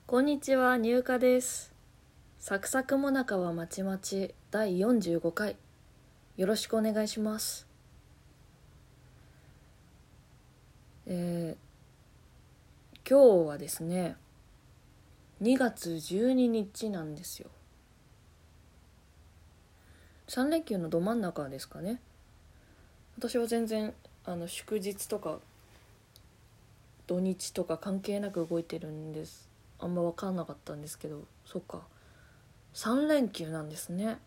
こんにちは、入荷です。サクサクもなかはまちまち第45回。よろしくお願いします。今日はですね、2月12日なんですよ。3連休のど真ん中ですかね。私は全然祝日とか土日とか関係なく動いてるんです。あんま分かんなかったんですけど、そっか、3連休なんですね。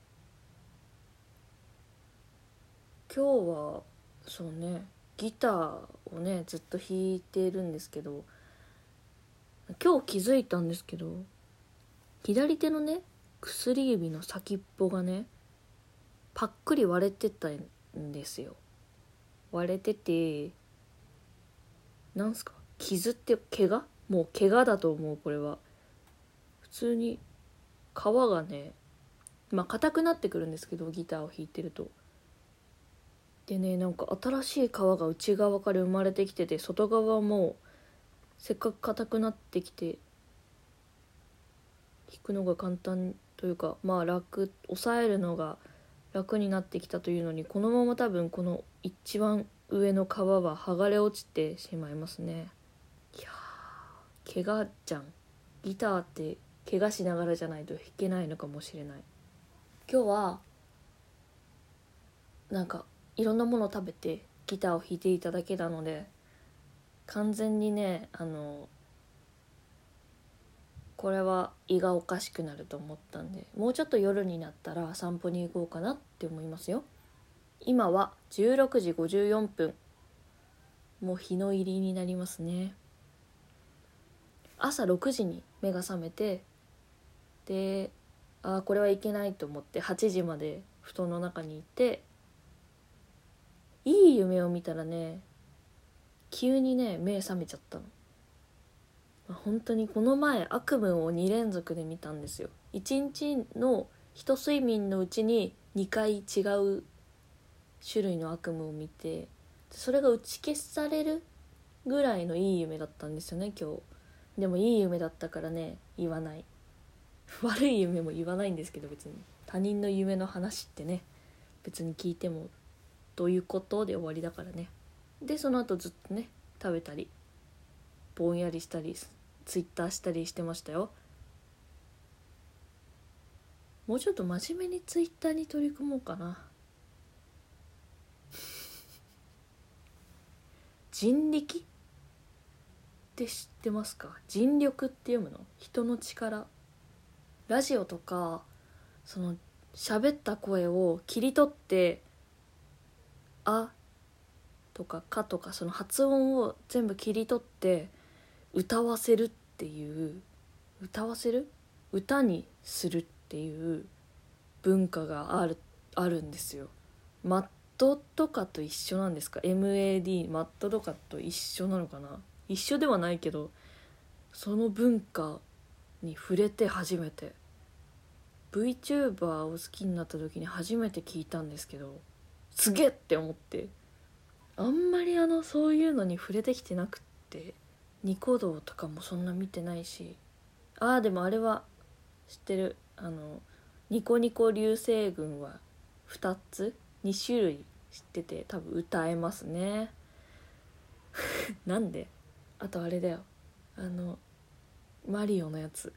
今日はそうね、ギターをねずっと弾いてるんですけど、今日気づいたんですけど、左手のね薬指の先っぽがねパックリ割れてたんですよ。割れてて、なんすか、傷って怪我、もう怪我だと思う。これは普通に皮がね、硬くなってくるんですけど、ギターを弾いてると。でね、なんか新しい皮が内側から生まれてきてて、外側はもうせっかく硬くなってきて弾くのが簡単というか、押さえるのが楽になってきたというのに、このまま多分この一番上の皮は剥がれ落ちてしまいますね。いやー、怪我じゃん。ギターって怪我しながらじゃないと弾けないのかもしれない。今日はなんかいろんなものを食べてギターを弾いていただけたので、完全にねこれは胃がおかしくなると思ったんで、もうちょっと夜になったら散歩に行こうかなって思いますよ。今は16時54分。もう日の入りになりますね。朝6時に目が覚めて、でこれはいけないと思って8時まで布団の中にいて、いい夢を見たらね、急にね目覚めちゃったの。本当にこの前悪夢を2連続で見たんですよ。1日の一睡眠のうちに2回違う種類の悪夢を見て、それが打ち消されるぐらいのいい夢だったんですよね今日。でもいい夢だったからね言わない。悪い夢も言わないんですけど、別に他人の夢の話ってね、別に聞いてもどういうことで終わりだからね。でその後ずっとね食べたりぼんやりしたりツイッターしたりしてましたよ。もうちょっと真面目にツイッターに取り組もうかな。人力って知ってますか？人力って読むの？人の力。ラジオとかその喋った声を切り取って、あとかかとかその発音を全部切り取って歌わせるっていう、歌わせる、歌にするっていう文化があるんですよ。マットとかと一緒なんですか？ MAD、 マットとかと一緒なのかな？一緒ではないけど、その文化に触れて初めて、 VTuber を好きになった時に初めて聞いたんですけど、すげえって思って。あんまりそういうのに触れてきてなくって、ニコ動とかもそんな見てないし、でもあれは知ってる。ニコニコ流星群は2つ2種類知ってて、多分歌えますね。なんで？あとあれだよ、マリオのやつ。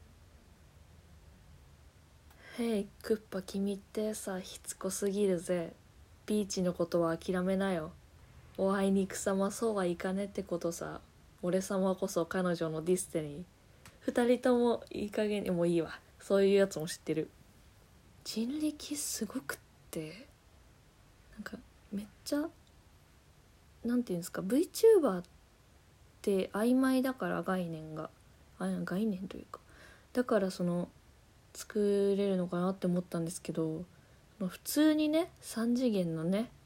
へいクッパ、君ってさしつこすぎるぜ。ピーチのことは諦めなよ。おあいにくさまそうはいかねってことさ。俺様こそ彼女のディスティニー。二人ともいい加減に、もういいわ。そういうやつも知ってる。人力すごくって、なんかめっちゃ、なんていうんですか、 VTuber って曖昧だから、概念が概念というか、だから作れるのかなって思ったんですけど、普通にね3次元のね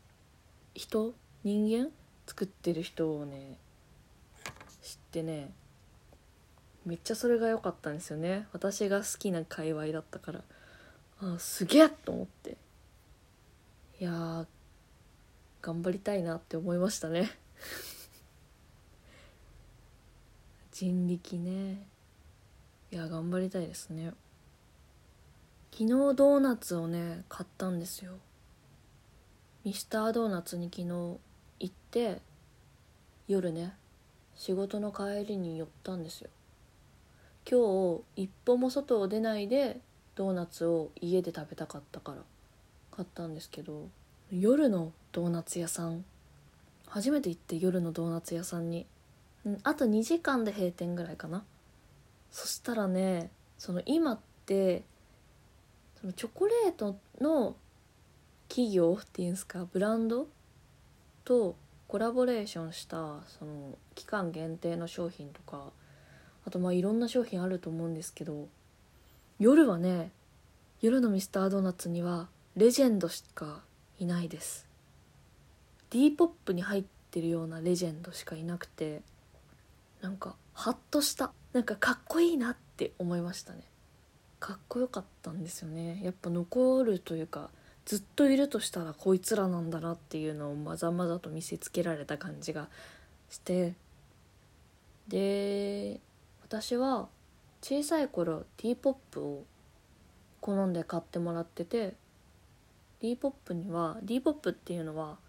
人間作ってる人をね知ってね、めっちゃそれが良かったんですよね。私が好きな界隈だったから、すげえと思って、いやー頑張りたいなって思いましたね。人力ね。 いや頑張りたいですね。昨日ドーナツをね買ったんですよ。ミスタードーナツに昨日行って夜ね仕事の帰りに寄ったんですよ。今日一歩も外を出ないでドーナツを家で食べたかったから買ったんですけど、夜のドーナツ屋さん初めて行って、夜のドーナツ屋さんにあと2時間で閉店ぐらいかな。そしたらね、その今ってそのチョコレートの企業っていうんですか、ブランドとコラボレーションしたその期間限定の商品とか、あといろんな商品あると思うんですけど、夜はね、夜のミスタードーナツにはレジェンドしかいないです。 D ポップに入ってるようなレジェンドしかいなくて、なんかハッとした。なんかかっこいいなって思いましたね。かっこよかったんですよね。やっぱ残るというか、ずっといるとしたらこいつらなんだなっていうのをまざまざと見せつけられた感じがして、で私は小さい頃 D ポップを好んで買ってもらってて、 D ポップには D ポップっていうのは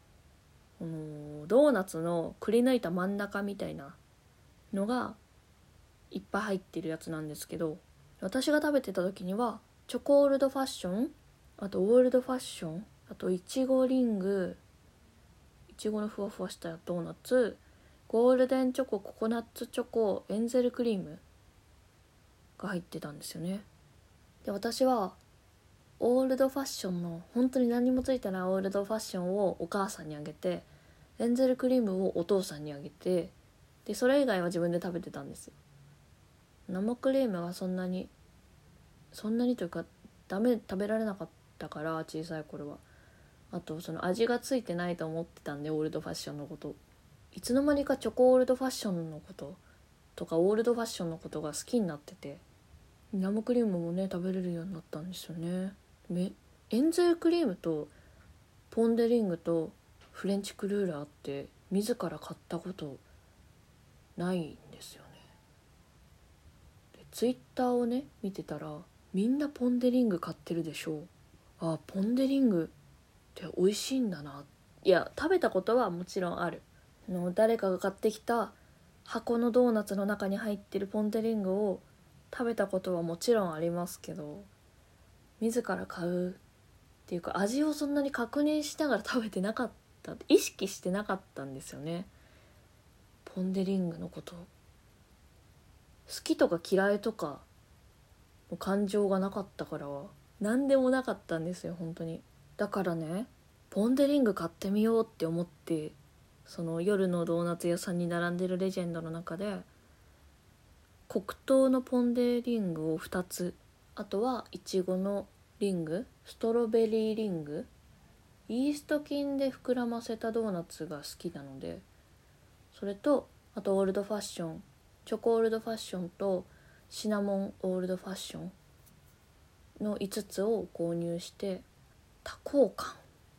ドーナツのくり抜いた真ん中みたいなのがいっぱい入ってるやつなんですけど、私が食べてた時にはチョコオールドファッション、あとオールドファッション、あといちごリング、いちごのふわふわしたドーナツ、ゴールデンチョコ、ココナッツチョコ、エンゼルクリームが入ってたんですよね。で私はオールドファッションの本当に何もついてないオールドファッションをお母さんにあげて、エンゼルクリームをお父さんにあげて、でそれ以外は自分で食べてたんですよ。生クリームはそんなにというか食べられなかったから、小さい頃は。あとその味がついてないと思ってたんで、オールドファッションのこと、いつの間にかチョコオールドファッションのこととかオールドファッションのことが好きになってて、生クリームもね食べれるようになったんですよね。エンゼルクリームとポン・デ・リングとフレンチクルーラーって自ら買ったことないんですよね。でツイッターをね見てたら、みんなポン・デ・リング買ってるでしょう。あ、ポン・デ・リングって美味しいんだな。いや食べたことはもちろんある。誰かが買ってきた箱のドーナツの中に入ってるポン・デ・リングを食べたことはもちろんありますけど、自ら買うっていうか、味をそんなに確認しながら食べてなかった、意識してなかったんですよね。ポン・デ・リングのこと好きとか嫌いとかの感情がなかったから、何でもなかったんですよ本当に。だからね、ポン・デ・リング買ってみようって思って、その夜のドーナツ屋さんに並んでるレジェンドの中で黒糖のポン・デ・リングを2つ、あとはいちごのリング、ストロベリーリング、イースト菌で膨らませたドーナツが好きなので、それとあとオールドファッション、チョコオールドファッションとシナモンオールドファッションの5つを購入して、多幸感、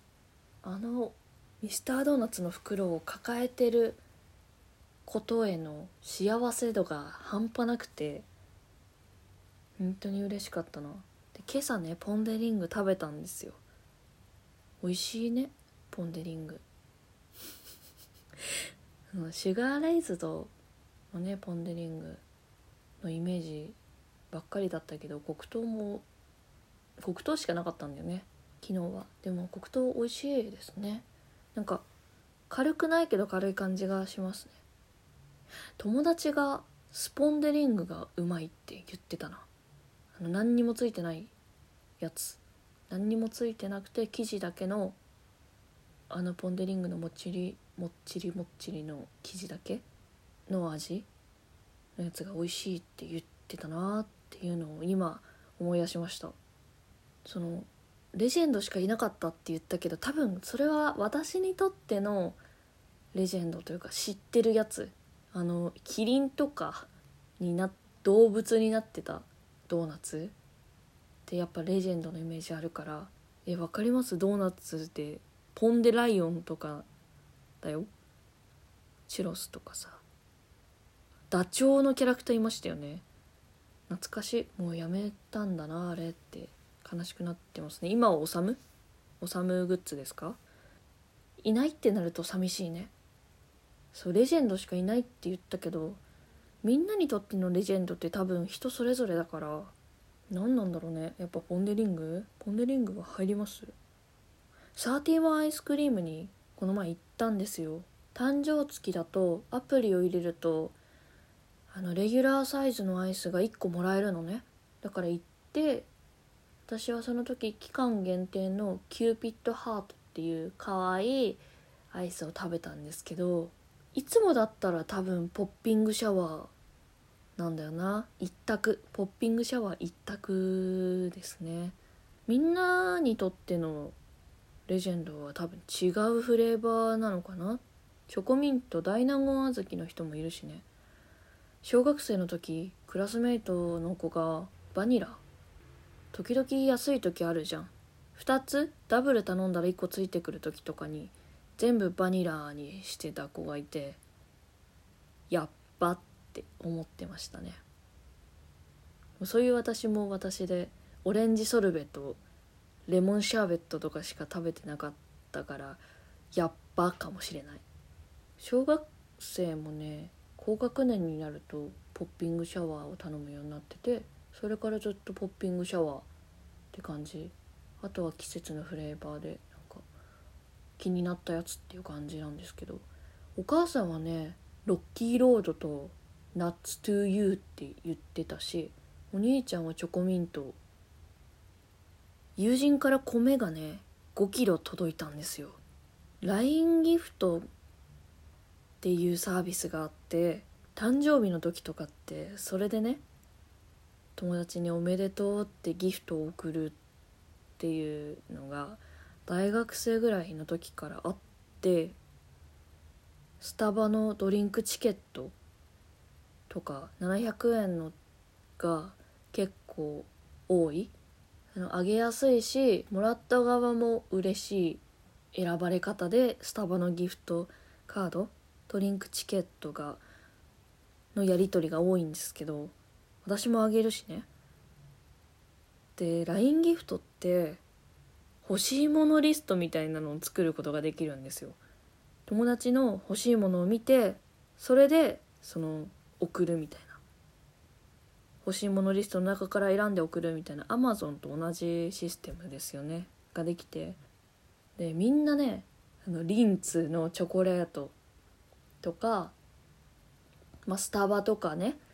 ミスタードーナツの袋を抱えてることへの幸せ度が半端なくて、本当に嬉しかったな。で今朝ねポン・デ・リング食べたんですよ。美味しいねポン・デ・リングシュガーレイズドのねポン・デ・リングのイメージばっかりだったけど、黒糖しかなかったんだよね昨日は。でも黒糖美味しいですね。なんか軽くないけど軽い感じがしますね。友達がスポン・デ・リングがうまいって言ってたな。何にもついてないやつ、何にもついてなくて生地だけのポン・デ・リングのもっちりの生地だけの味のやつが美味しいって言ってたなっていうのを今思い出しました。そのレジェンドしかいなかったって言ったけど、多分それは私にとってのレジェンドというか知ってるやつ、キリンとか動物になってたドーナツってやっぱレジェンドのイメージあるから、わかります？ドーナツでポン・デ・ライオンとかだよ、チュロスとかさ、ダチョウのキャラクターいましたよね。 懐かしい。もうやめたんだなあれって悲しくなってますね。今はおさむグッズですか？いないってなると寂しいね。そう、レジェンドしかいないって言ったけど、みんなにとってのレジェンドって多分人それぞれだから、何なんだろうね。やっぱポンデリングが入ります。31アイスクリームにこの前行ったんですよ。誕生月だとアプリを入れるとレギュラーサイズのアイスが1個もらえるのね。だから行って、私はその時期間限定のキューピッドハートっていう可愛いアイスを食べたんですけど、いつもだったら多分ポッピングシャワーなんだよな。ポッピングシャワー一択ですね。みんなにとってのレジェンドは多分違うフレーバーなのかな。チョコミント、大納言小豆の人もいるしね。小学生の時クラスメイトの子がバニラ、時々安い時あるじゃん、2つダブル頼んだら1個ついてくる時とかに全部バニラにしてた子がいて、やっばって思ってましたね。そういう私も私でオレンジソルベとレモンシャーベットとかしか食べてなかったから、やっばかもしれない。小学生もね、高学年になるとポッピングシャワーを頼むようになってて、それからずっとポッピングシャワーって感じ。あとは季節のフレーバーでなんか気になったやつっていう感じなんですけど、お母さんはねロッキーロードとナッツトゥーユーって言ってたし、お兄ちゃんはチョコミント。友人から米がね5キロ届いたんですよ。 LINE ギフトっていうサービスがあって、誕生日の時とかってそれでね、友達におめでとうってギフトを送るっていうのが大学生ぐらいの時からあって、スタバのドリンクチケットとか700円のが結構多い。あげやすいし、もらった側も嬉しい選ばれ方で、スタバのギフトカード、ドリンクチケットのやり取りが多いんですけど、私もあげるしね。で LINE ギフトって欲しいものリストみたいなのを作ることができるんですよ。友達の欲しいものを見て、それで送るみたいな、欲しいものリストの中から選んで送るみたいな、 Amazon と同じシステムですよねができて、でみんなねリンツのチョコレートとか、スタバとかね、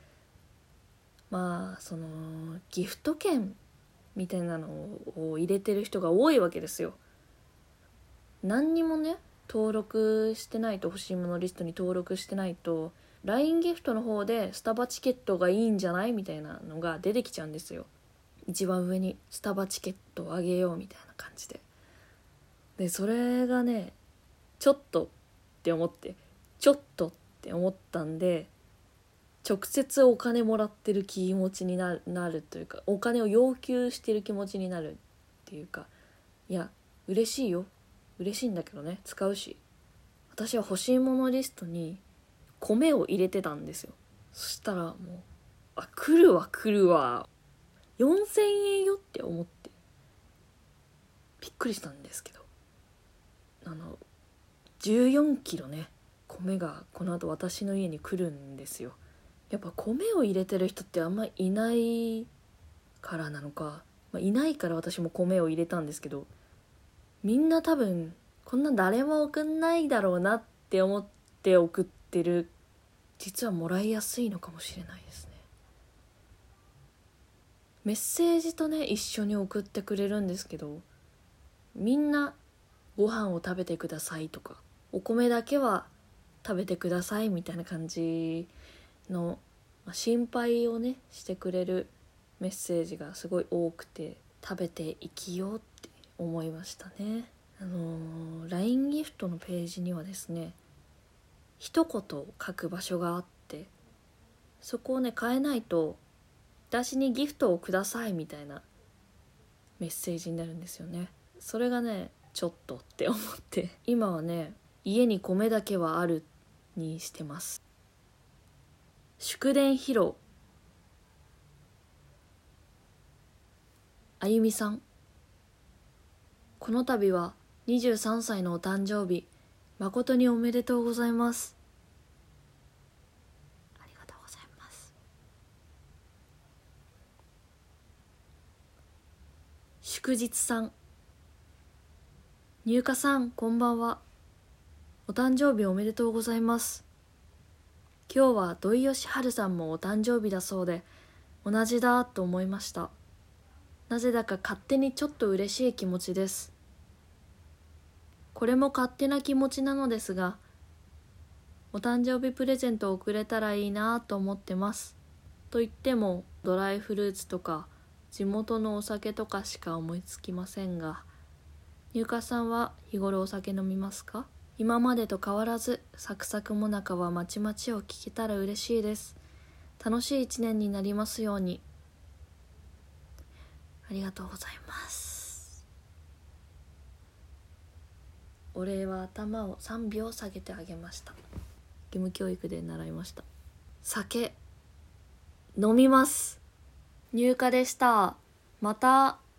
ギフト券みたいなのを入れてる人が多いわけですよ。何にもね登録してないと、欲しいものリストに登録してないと LINE ギフトの方でスタバチケットがいいんじゃないみたいなのが出てきちゃうんですよ。一番上にスタバチケットをあげようみたいな感じで。でそれがねちょっとって思ったんで、直接お金もらってる気持ちになるというか、お金を要求してる気持ちになるっていうか、いや嬉しいんだけどね、使うし。私は欲しいものリストに米を入れてたんですよ。そしたらもう来るわ4000円よって思ってびっくりしたんですけど、14キロね米がこの後私の家に来るんですよ。やっぱ米を入れてる人ってあんまいないからなのか、いないから私も米を入れたんですけど、みんな多分こんな誰も送んないだろうなって思って送ってる。実はもらいやすいのかもしれないですね。メッセージとね一緒に送ってくれるんですけど、みんなご飯を食べてくださいとか、お米だけは食べてくださいみたいな感じの、心配をねしてくれるメッセージがすごい多くて、食べて生きようって思いましたね。LINE ギフトのページにはですね、一言書く場所があって、そこをね変えないと私にギフトをくださいみたいなメッセージになるんですよね。それがねちょっとって思って、今はね家に米だけはあるにしてます。祝電披露あゆみさん、この度は23歳のお誕生日、誠におめでとうございます。ありがとうございます。祝日さん、入荷さん、こんばんは。お誕生日おめでとうございます。今日は土井善晴さんもお誕生日だそうで、同じだと思いました。なぜだか勝手にちょっと嬉しい気持ちです。これも勝手な気持ちなのですが、お誕生日プレゼントをくれたらいいなと思ってます。と言ってもドライフルーツとか地元のお酒とかしか思いつきませんが、入荷さんは日頃お酒飲みますか？今までと変わらずサクサクもなかはまちまちを聞けたら嬉しいです。楽しい一年になりますように。ありがとうございます。お礼は頭を3秒下げてあげました。義務教育で習いました。酒飲みます。入荷でした。また。